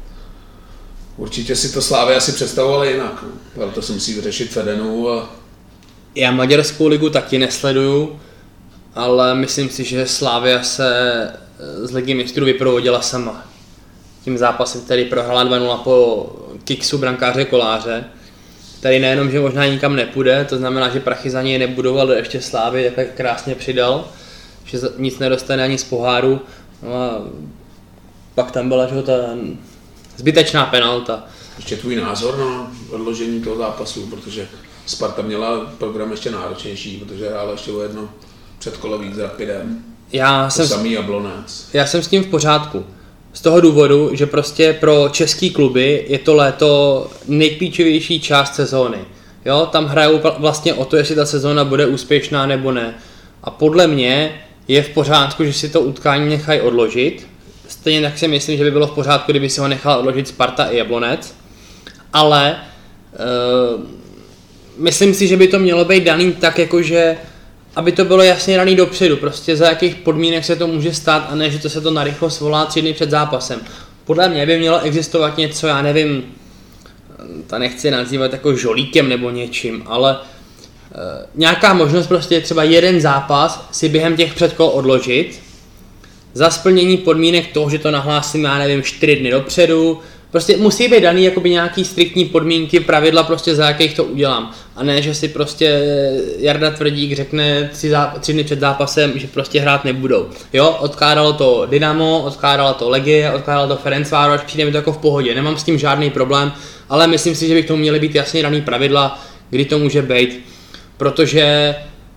Určitě si to Slavia asi představovala jinak, ale to se musí vyřešit Fedenu. A... Já maďarskou ligu taky nesleduju, ale myslím si, že Slavia se z ligy mistrů vyprovodila sama. Tím zápasem, který prohrála dva nula po kiksu brankáře Koláře. Tady nejenom, že možná nikam nepůjde, to znamená, že prachy za něj nebudou, ale ještě Slávy tak krásně přidal, že nic nedostane ani z poháru. No a pak tam byla že ta zbytečná penalta. Ještě tvůj názor na odložení toho zápasu, protože Sparta měla program ještě náročnější, protože hrála ještě o jedno předkolo víc s Rapidem. Já to jsem, samý Jablonec. Já jsem s tím v pořádku. Z toho důvodu, že prostě pro český kluby je to léto nejklíčovější část sezóny. Jo, tam hrajou vlastně o to, jestli ta sezóna bude úspěšná nebo ne. A podle mě je v pořádku, že si to utkání nechají odložit. Stejně tak si myslím, že by bylo v pořádku, kdyby si ho nechal odložit Sparta i Jablonec. Ale uh, myslím si, že by to mělo být daný tak, jakože aby to bylo jasně daný dopředu, prostě za jakých podmínek se to může stát a ne, že to se to narychlo svolá tři dny před zápasem. Podle mě by mělo existovat něco, já nevím, to nechci nazývat jako žolíkem nebo něčím, ale e, nějaká možnost prostě třeba jeden zápas si během těch předkol odložit za splnění podmínek toho, že to nahlásím, já nevím, čtyři dny dopředu. Prostě musí být daný jakoby nějaký striktní podmínky, pravidla prostě za jakých to udělám. A ne, že si prostě Jarda Tvrdík řekne tři, záp- tři dny před zápasem, že prostě hrát nebudou. Jo, odkládalo to Dynamo, odkládalo to Legie, odkládalo to Ferencvároš, přijde mi to jako v pohodě, nemám s tím žádný problém, ale myslím si, že by k tomu měly být jasně daný pravidla, kdy to může být. Protože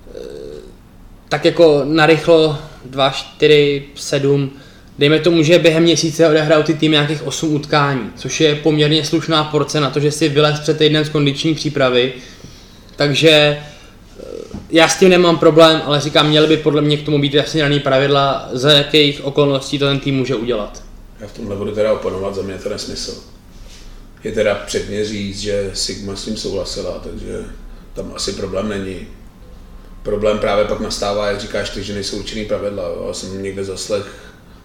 tak jako narychlo dva, čtyři, sedm, dejme tomu, že během měsíce odehrajou ty týmy nějakých osm utkání, což je poměrně slušná porce na to, že si vylez před týdnem z kondiční přípravy. Takže já s tím nemám problém, ale říkám, měly by podle mě k tomu být jasně daný pravidla, za jakých okolností to ten tým může udělat. Já v tomhle budu teda oponovat, za mě to nesmysl. Je teda předně říct, že Sigma s tím souhlasila, takže tam asi problém není. Problém právě pak nastává, jak říkáš ty, že nejsou určený pravidla. Jo. Já jsem někde zaslech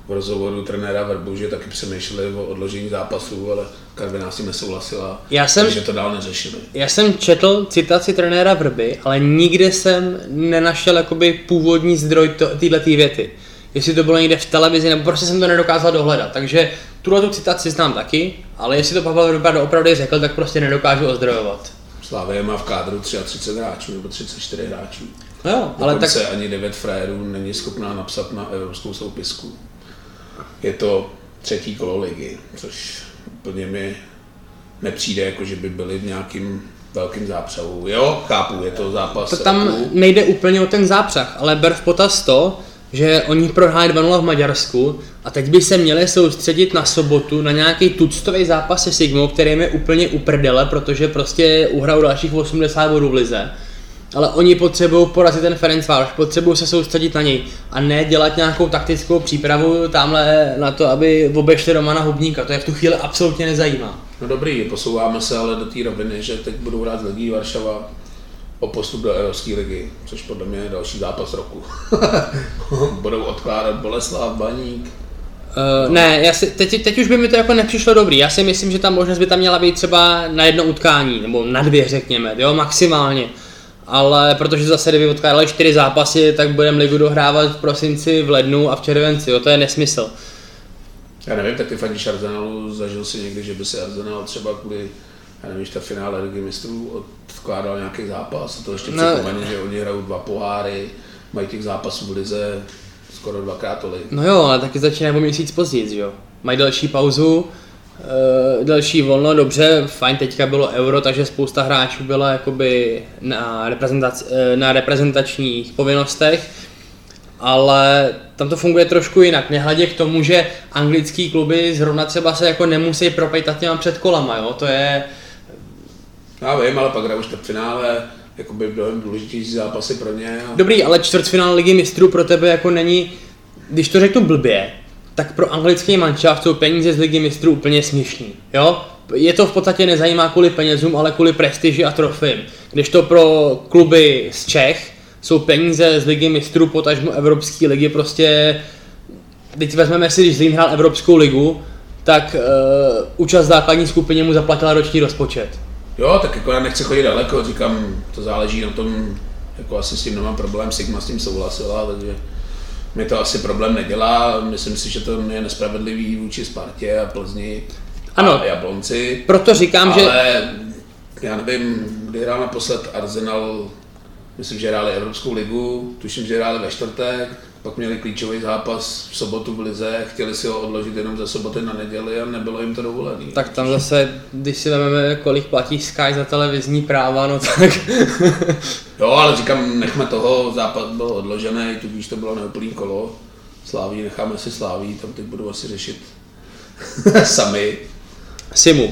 v rozhovoru trenéra Vrbu, že taky přemýšleli o odložení zápasů, ale Karviná s tím nesouhlasila, já jsem, takže to dál neřešili. Já jsem četl citaci trenéra Vrby, ale nikde jsem nenašel jakoby původní zdroj této věty. Jestli to bylo někde v televizi, nebo prostě jsem to nedokázal dohledat. Takže tuhle tu citaci znám taky, ale jestli to Pavel Vrba opravdu řekl, tak prostě nedokážu ozdrojovat. Slavia má v kádru třicet tři hráčů nebo třicet čtyři hráčů. No jo, ale dokonce tak... ani devět frérů není schopná napsat na evropskou soupisku. Je to třetí kolo ligy, což úplně mi nepřijde, jako že by byli v nějakým velkým zápřahu. Jo, chápu, je to zápas. To tam roku. Nejde úplně o ten zápřah, ale ber v potaz to, že oni prohráli dva nula v Maďarsku a teď by se měli soustředit na sobotu na nějaký tuctový zápas se Sigmou, který je úplně uprdele, protože prostě uhrajou dalších osmdesát bodů v lize. Ale oni potřebují porazit ten Ferencvároš, potřebují se soustředit na něj a ne dělat nějakou taktickou přípravu tamhle na to, aby obešli Romana Hubníka, to je v tu chvíli absolutně nezajímá. No dobrý, posouváme se ale do té roviny, že teď budou hrát s Legií Varšava o postup do Evropské ligy, což podle mě je další zápas roku. Budou odkládat Boleslav, Baník. Uh, ne, já si, teď, teď už by mi to jako nepřišlo dobrý, já si myslím, že ta možnost by tam měla být třeba na jedno utkání, nebo na dvě řekněme, jo, maximálně. Ale protože zase kdyby odkládali čtyři zápasy, tak budeme ligu dohrávat v prosinci, v lednu a v červenci, jo, to je nesmysl. Já nevím, tak ty fandíš Arsenalu, zažil si někdy, že by si Arsenal třeba kvůli, já nevím, ta finále Ligy mistrů odkládal nějaký zápas a to ještě no, připomenu, že oni hrajou dva poháry, mají těch zápasů v lize skoro dvakrát tolik. No jo, ale taky začínají o měsíc později, jo. Mají další pauzu, e, další volno, dobře, fajn, teďka bylo Euro, takže spousta hráčů byla jakoby na, reprezentac, na reprezentačních povinnostech, ale tam to funguje trošku jinak, nehledě k tomu, že anglický kluby zrovna třeba se jako nemusí propejtat těma před kolama, jo, to je... Já vím, ale pak hrajou čtvrtfinále, jakoby mnohem důležitější zápasy pro ně. A... Dobrý, ale čtvrtfinále Ligy mistrů pro tebe jako není, když to řeknu blbě, tak pro anglický manšaft jsou peníze z Ligy mistrů úplně směšný, jo? Je to v podstatě nezajímá kvůli penězům, ale kvůli prestiži a trofím. Když to pro kluby z Čech jsou peníze z Ligy mistrů, potažmo Evropské ligy, prostě, teď vezmeme si, když Zlín hrál Evropskou ligu, tak uh, účast v základní skupině mu zaplatila roční rozpočet. Jo, tak jako já nechci chodit daleko, říkám, to záleží na tom, jako asi s tím nemám problém, Sigma s tím souhlasila, takže mi to asi problém nedělá, myslím si, že to je nespravedlivý vůči Spartě a Plzni ano, a Jablonci. Proto říkám, ale, že... Ale já nevím, kdy hrál naposled Arsenal, myslím, že hráli Evropskou ligu, tuším, že hráli ve čtvrtek, pak měli klíčový zápas v sobotu v lize, chtěli si ho odložit jenom ze soboty na neděli a nebylo jim to dovolený. Tak tam zase, když si vezmeme, kolik platí Sky za televizní práva, no tak... Jo, ale říkám, nechme toho, zápas byl odložený, tudíž to bylo neúplný kolo. Sláví, necháme si Sláví, tam teď budou asi řešit sami. Simu.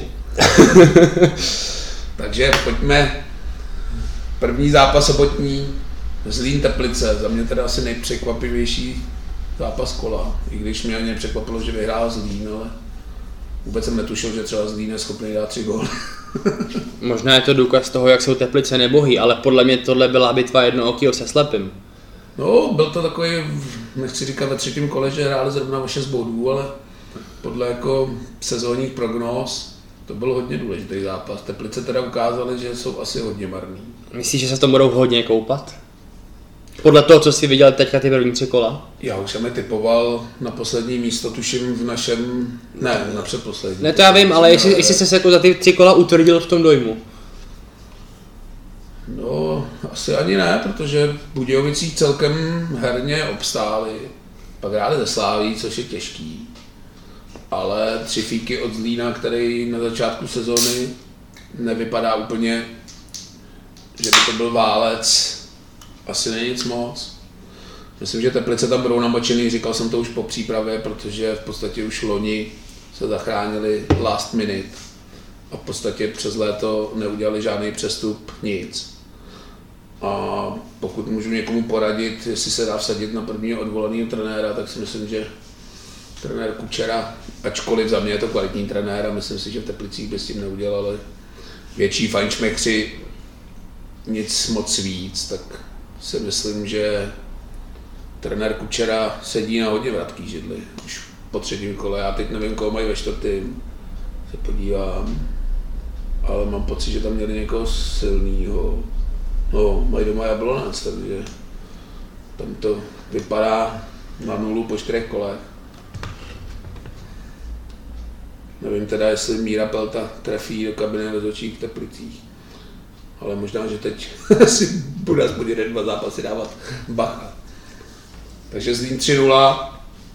Takže pojďme. První zápas sobotní, Zlín Teplice, za mě teda asi nejpřekvapivější zápas kola. I když mě mě překvapilo, že vyhrál Zlín, ale vůbec jsem netušil, že třeba Zlín je schopný dát tři góly. Možná je to důkaz toho, jak jsou Teplice nebohý, ale podle mě tohle byla bitva jednookýho se slepým. No, byl to takový, nechci říkat ve třetím kole, že hráli zrovna o šest bodů, ale podle jako sezónních prognóz to byl hodně důležitý zápas. Teplice teda ukázaly, že jsou asi hodně marný. Myslíš, že se to budou hodně koupat? Podle toho, co jsi viděl teďka ty první tři kola? Já už jsem je typoval na poslední místo, tuším v našem, ne, na předposlední. Ne, to já vím, ale jestli, jestli jsi se jako za ty tři kola utvrdil v tom dojmu. No, asi ani ne, protože v Budějovicích celkem herně obstáli. Pak hráli ze Sláví, což je těžký. Ale tři fíky od Zlína, který na začátku sezóny nevypadá úplně, že by to byl válec, asi není nic moc. Myslím, že Teplice tam budou namočený, říkal jsem to už po přípravě, protože v podstatě už loni se zachránili last minute a v podstatě přes léto neudělali žádný přestup, nic. A pokud můžu někomu poradit, jestli se dá vsadit na prvního odvolaného trenéra, tak si myslím, že trenér Kučera, ačkoliv za mě je to kvalitní trenér a myslím si, že v Teplicích by s tím neudělali větší fajnšmekři nic moc víc, tak si myslím, že trenér Kučera sedí na hodně vratký židli. Už po třetím kole. Já teď nevím, koho mají ve čtvrtým, se podívám, ale mám pocit, že tam měli někoho silného. No, mají doma Jablonec, takže tam to vypadá na nulu po čtyřech kolech. Nevím teda, jestli Míra Pelta trefí do kabiny rozhodčích v Teplicích. Ale možná, že teď si bude aspoň jeden, dva zápasy dávat bacha. Takže Zlín tři nula.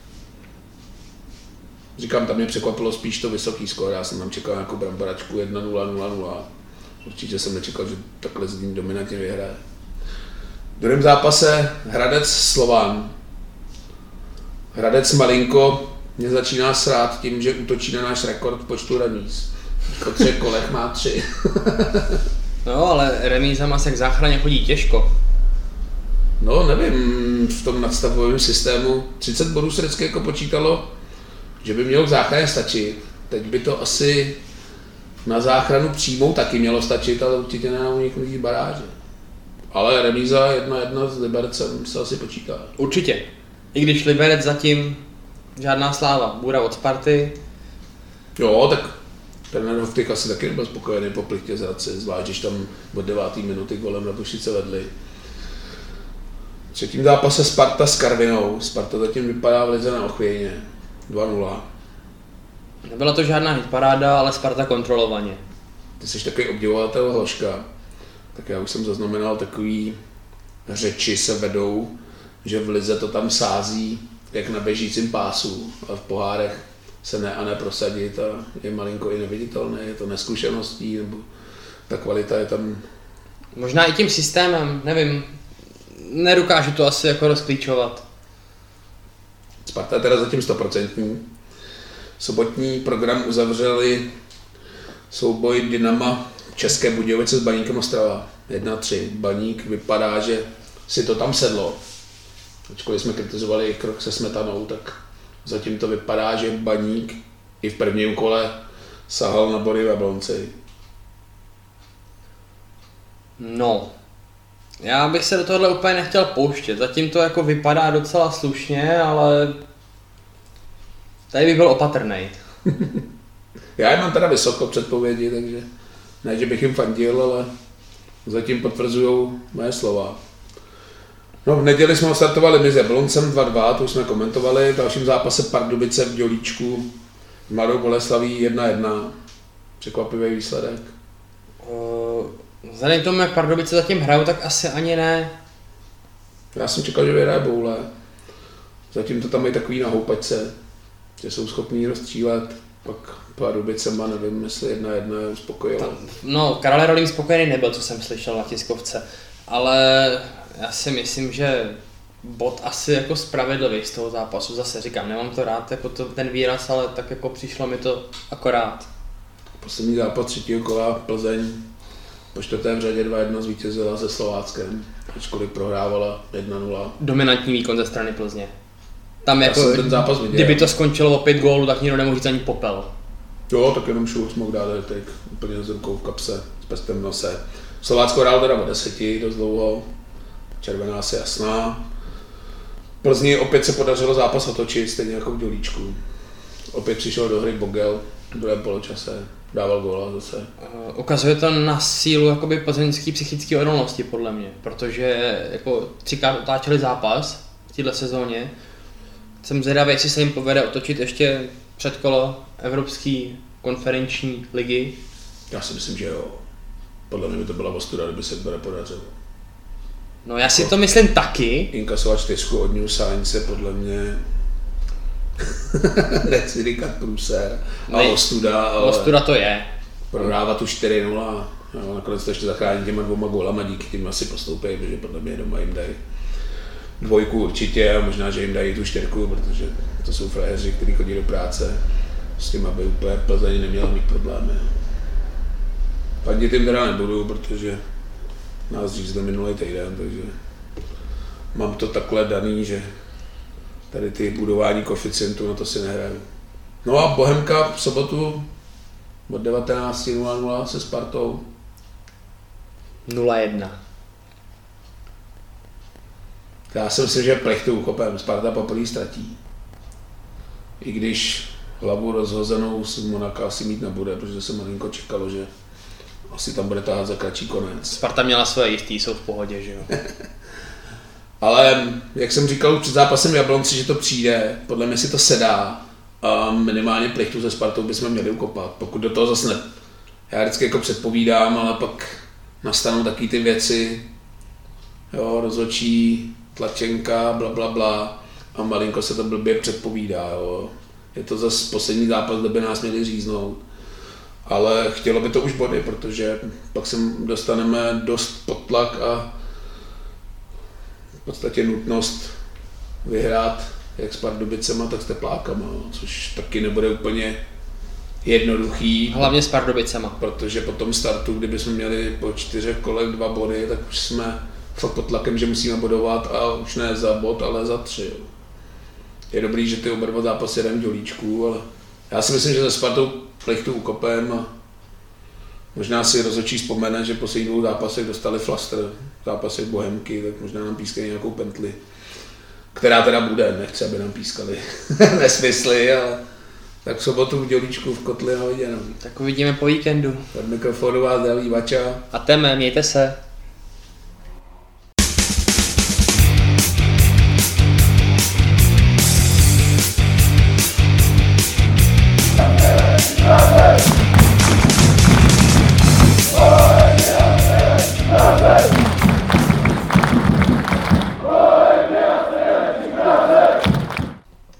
Říkám, tam mě překvapilo spíš to vysoký skóre. Já jsem tam čekal nějakou bramboračku jedna nula nula nula. Určitě jsem nečekal, že takhle Zlín dominantně vyhraje. V druhém zápase Hradec Slovan. Hradec malinko mě začíná srát tím, že útočí na náš rekord v počtu remíz. Po třech kolech má tři. No, ale remízama se k záchraně chodí těžko. No, nevím, v tom nadstavovém systému třicet bodů se vždycky jako počítalo, že by mělo k záchraně stačit. Teď by to asi na záchranu přímou taky mělo stačit, ale určitě ne na uniknutí baráže. Ale remíza jedna jedna s Libercem se asi počítá. Určitě. I když Liberec zatím žádná sláva. Bůra od Sparty. Jo, tak trenér Hovtik asi taky nebyl spokojený po plichtě z Hradce, zvlášť, když tam od deváté minuty golem na Tušice vedli. V třetím zápase Sparta s Karvinou. Sparta zatím vypadá v lize na Ochvějně. dva nula. Nebyla to žádná hitparáda, ale Sparta kontrolovaně. Ty jsi takový obdivovatel Hloška. Tak já už jsem zaznamenal takový řeči se vedou, že v lize to tam sází jak na běžícím pásu a v pohárech se ne a ne prosadit a je malinko i neviditelné, je to neskušeností, nebo ta kvalita je tam... Možná i tím systémem, nevím, nedokážu to asi jako rozklíčovat. Sparta je teda zatím stoprocentní. Sobotní program uzavřeli souboj Dynama České Budějovice s Baníkem Ostrava. jedna tři. Baník vypadá, že si to tam sedlo. Ačkoliv jsme kritizovali jejich krok se Smetanou, tak zatím to vypadá, že Baník i v prvním kole sahal na body v Jablonci. No, já bych se do tohohle úplně nechtěl pouštět. Zatím to jako vypadá docela slušně, ale tady bych byl opatrnej. Já je mám teda vysoko předpovědi, takže ne, že bych jim fandil, ale zatím potvrzujou moje slova. No, v neděli jsme startovali my s Jabloncem dva dva, to už jsme komentovali. V dalším zápase Pardubice v Dělíčku Mladou Boleslaví jedna jedna. Překvapivý výsledek. Uh, vzhledem k tomu, jak Pardubice zatím hrajou, tak asi ani ne. Já jsem čekal, že vyhraje Boule. Zatím to tam je takový na houpačce, že jsou schopní rozstřílet. Pak Pardubicema, nevím, jestli jedna jedna je uspokojila. No, Karel Rolín spokojený nebyl, co jsem slyšel na tiskovce. Ale já si myslím, že bod asi jako spravedlivý z toho zápasu. Zase říkám, nemám to rád, jako to, ten výraz, ale tak jako přišlo mi to akorát. Poslední zápas třetího kola Plzeň po čtvrtém v řadě dva jedna zvítězila se Slováckem, ačkoliv prohrávala jedna nula. Dominantní výkon ze strany Plzně. Tam Já jako, ten zápas viděl. Kdyby to skončilo o pět gólů, tak nikdo nemůže říct ani popel. Jo, tak jenom Šulc mohl dát teď úplně s rukou v kapse, s prstem v nose. Slovácko hrál teda o deseti dost dlouho, červená asi jasná. Plzni opět se podařilo zápas otočit, stejně jako v Dělíčku. Opět přišel do hry Bogel v druhém poločase, dával góla zase. Uh, ukazuje to na sílu jakoby plzeňský psychické odolnosti podle mě, protože jako třikrát otáčeli zápas v této sezóně. Jsem zvědavý, jestli se jim povede otočit ještě předkolo Evropské konferenční ligy. Já si myslím, že jo. Podle mě by to byla ostuda, kdyby se to nepodařilo. No já si to myslím taky. Inkasovat čtyřku od New Science je podle mě recirikat průser a Nej, ostuda, ale ostuda to je. prohrávat tu čtyři nula. Jo, nakonec to ještě zachrání těma dvouma gólama, díky tím asi postoupí, protože podle mě doma jim dají dvojku určitě a možná, že jim dají tu čtyřku, protože to jsou frajeři, kteří chodí do práce s tím, aby úplně Plzeň neměla mít problémy. Fandit jim teda nebudu, protože nás řízli minulý týden, takže mám to takhle daný, že tady ty budování koeficientů na to si nehraju. No a Bohemka v sobotu od devatenáct nula nula se Spartou. nula jedna. Já si myslím, že plechtu uchopem, Sparta poprvé ztratí. I když hlavu rozhozenou z Monaka asi mít nebude, protože se malinko čekalo, že asi tam bude tahat za kratší konec. Sparta měla své jistý, jsou v pohodě, že jo? Ale jak jsem říkal před zápasem Jablonci, že to přijde, podle mě si to sedá a minimálně plichtu se Spartou bychom měli ukopat, pokud do toho zase ne. Já vždycky jako předpovídám, ale pak nastanou taky ty věci, jo, rozhodčí, tlačenka, bla bla bla a malinko se to blbě předpovídá, jo. Je to zase poslední zápas, kde by nás měli říznout. Ale chtělo by to už body, protože pak se dostaneme dost pod tlak a v podstatě nutnost vyhrát jak s Pardubicema, tak s Teplákama, což taky nebude úplně jednoduchý. Hlavně s Pardubicema. Protože po tom startu, kdybychom měli po čtyřech kolech dva body, tak už jsme fakt pod tlakem, že musíme bodovat a už ne za bod, ale za tři. Jo. Je dobrý, že ty oba dva zápasy jdem v dělíčku, ale já si myslím, že se Spartou plichtu ukopem a možná si rozhodčí vzpomene, že po svých dvou zápasech dostali flaster, zápasech Bohemky, tak možná nám pískají nějakou pentli, která teda bude, nechci, aby nám pískali nesmysly, ale tak v sobotu v dělíčku v kotli na viděnou. Tak uvidíme po víkendu. Od mikrofonu vás zdraví Vača. A Teme, mějte se.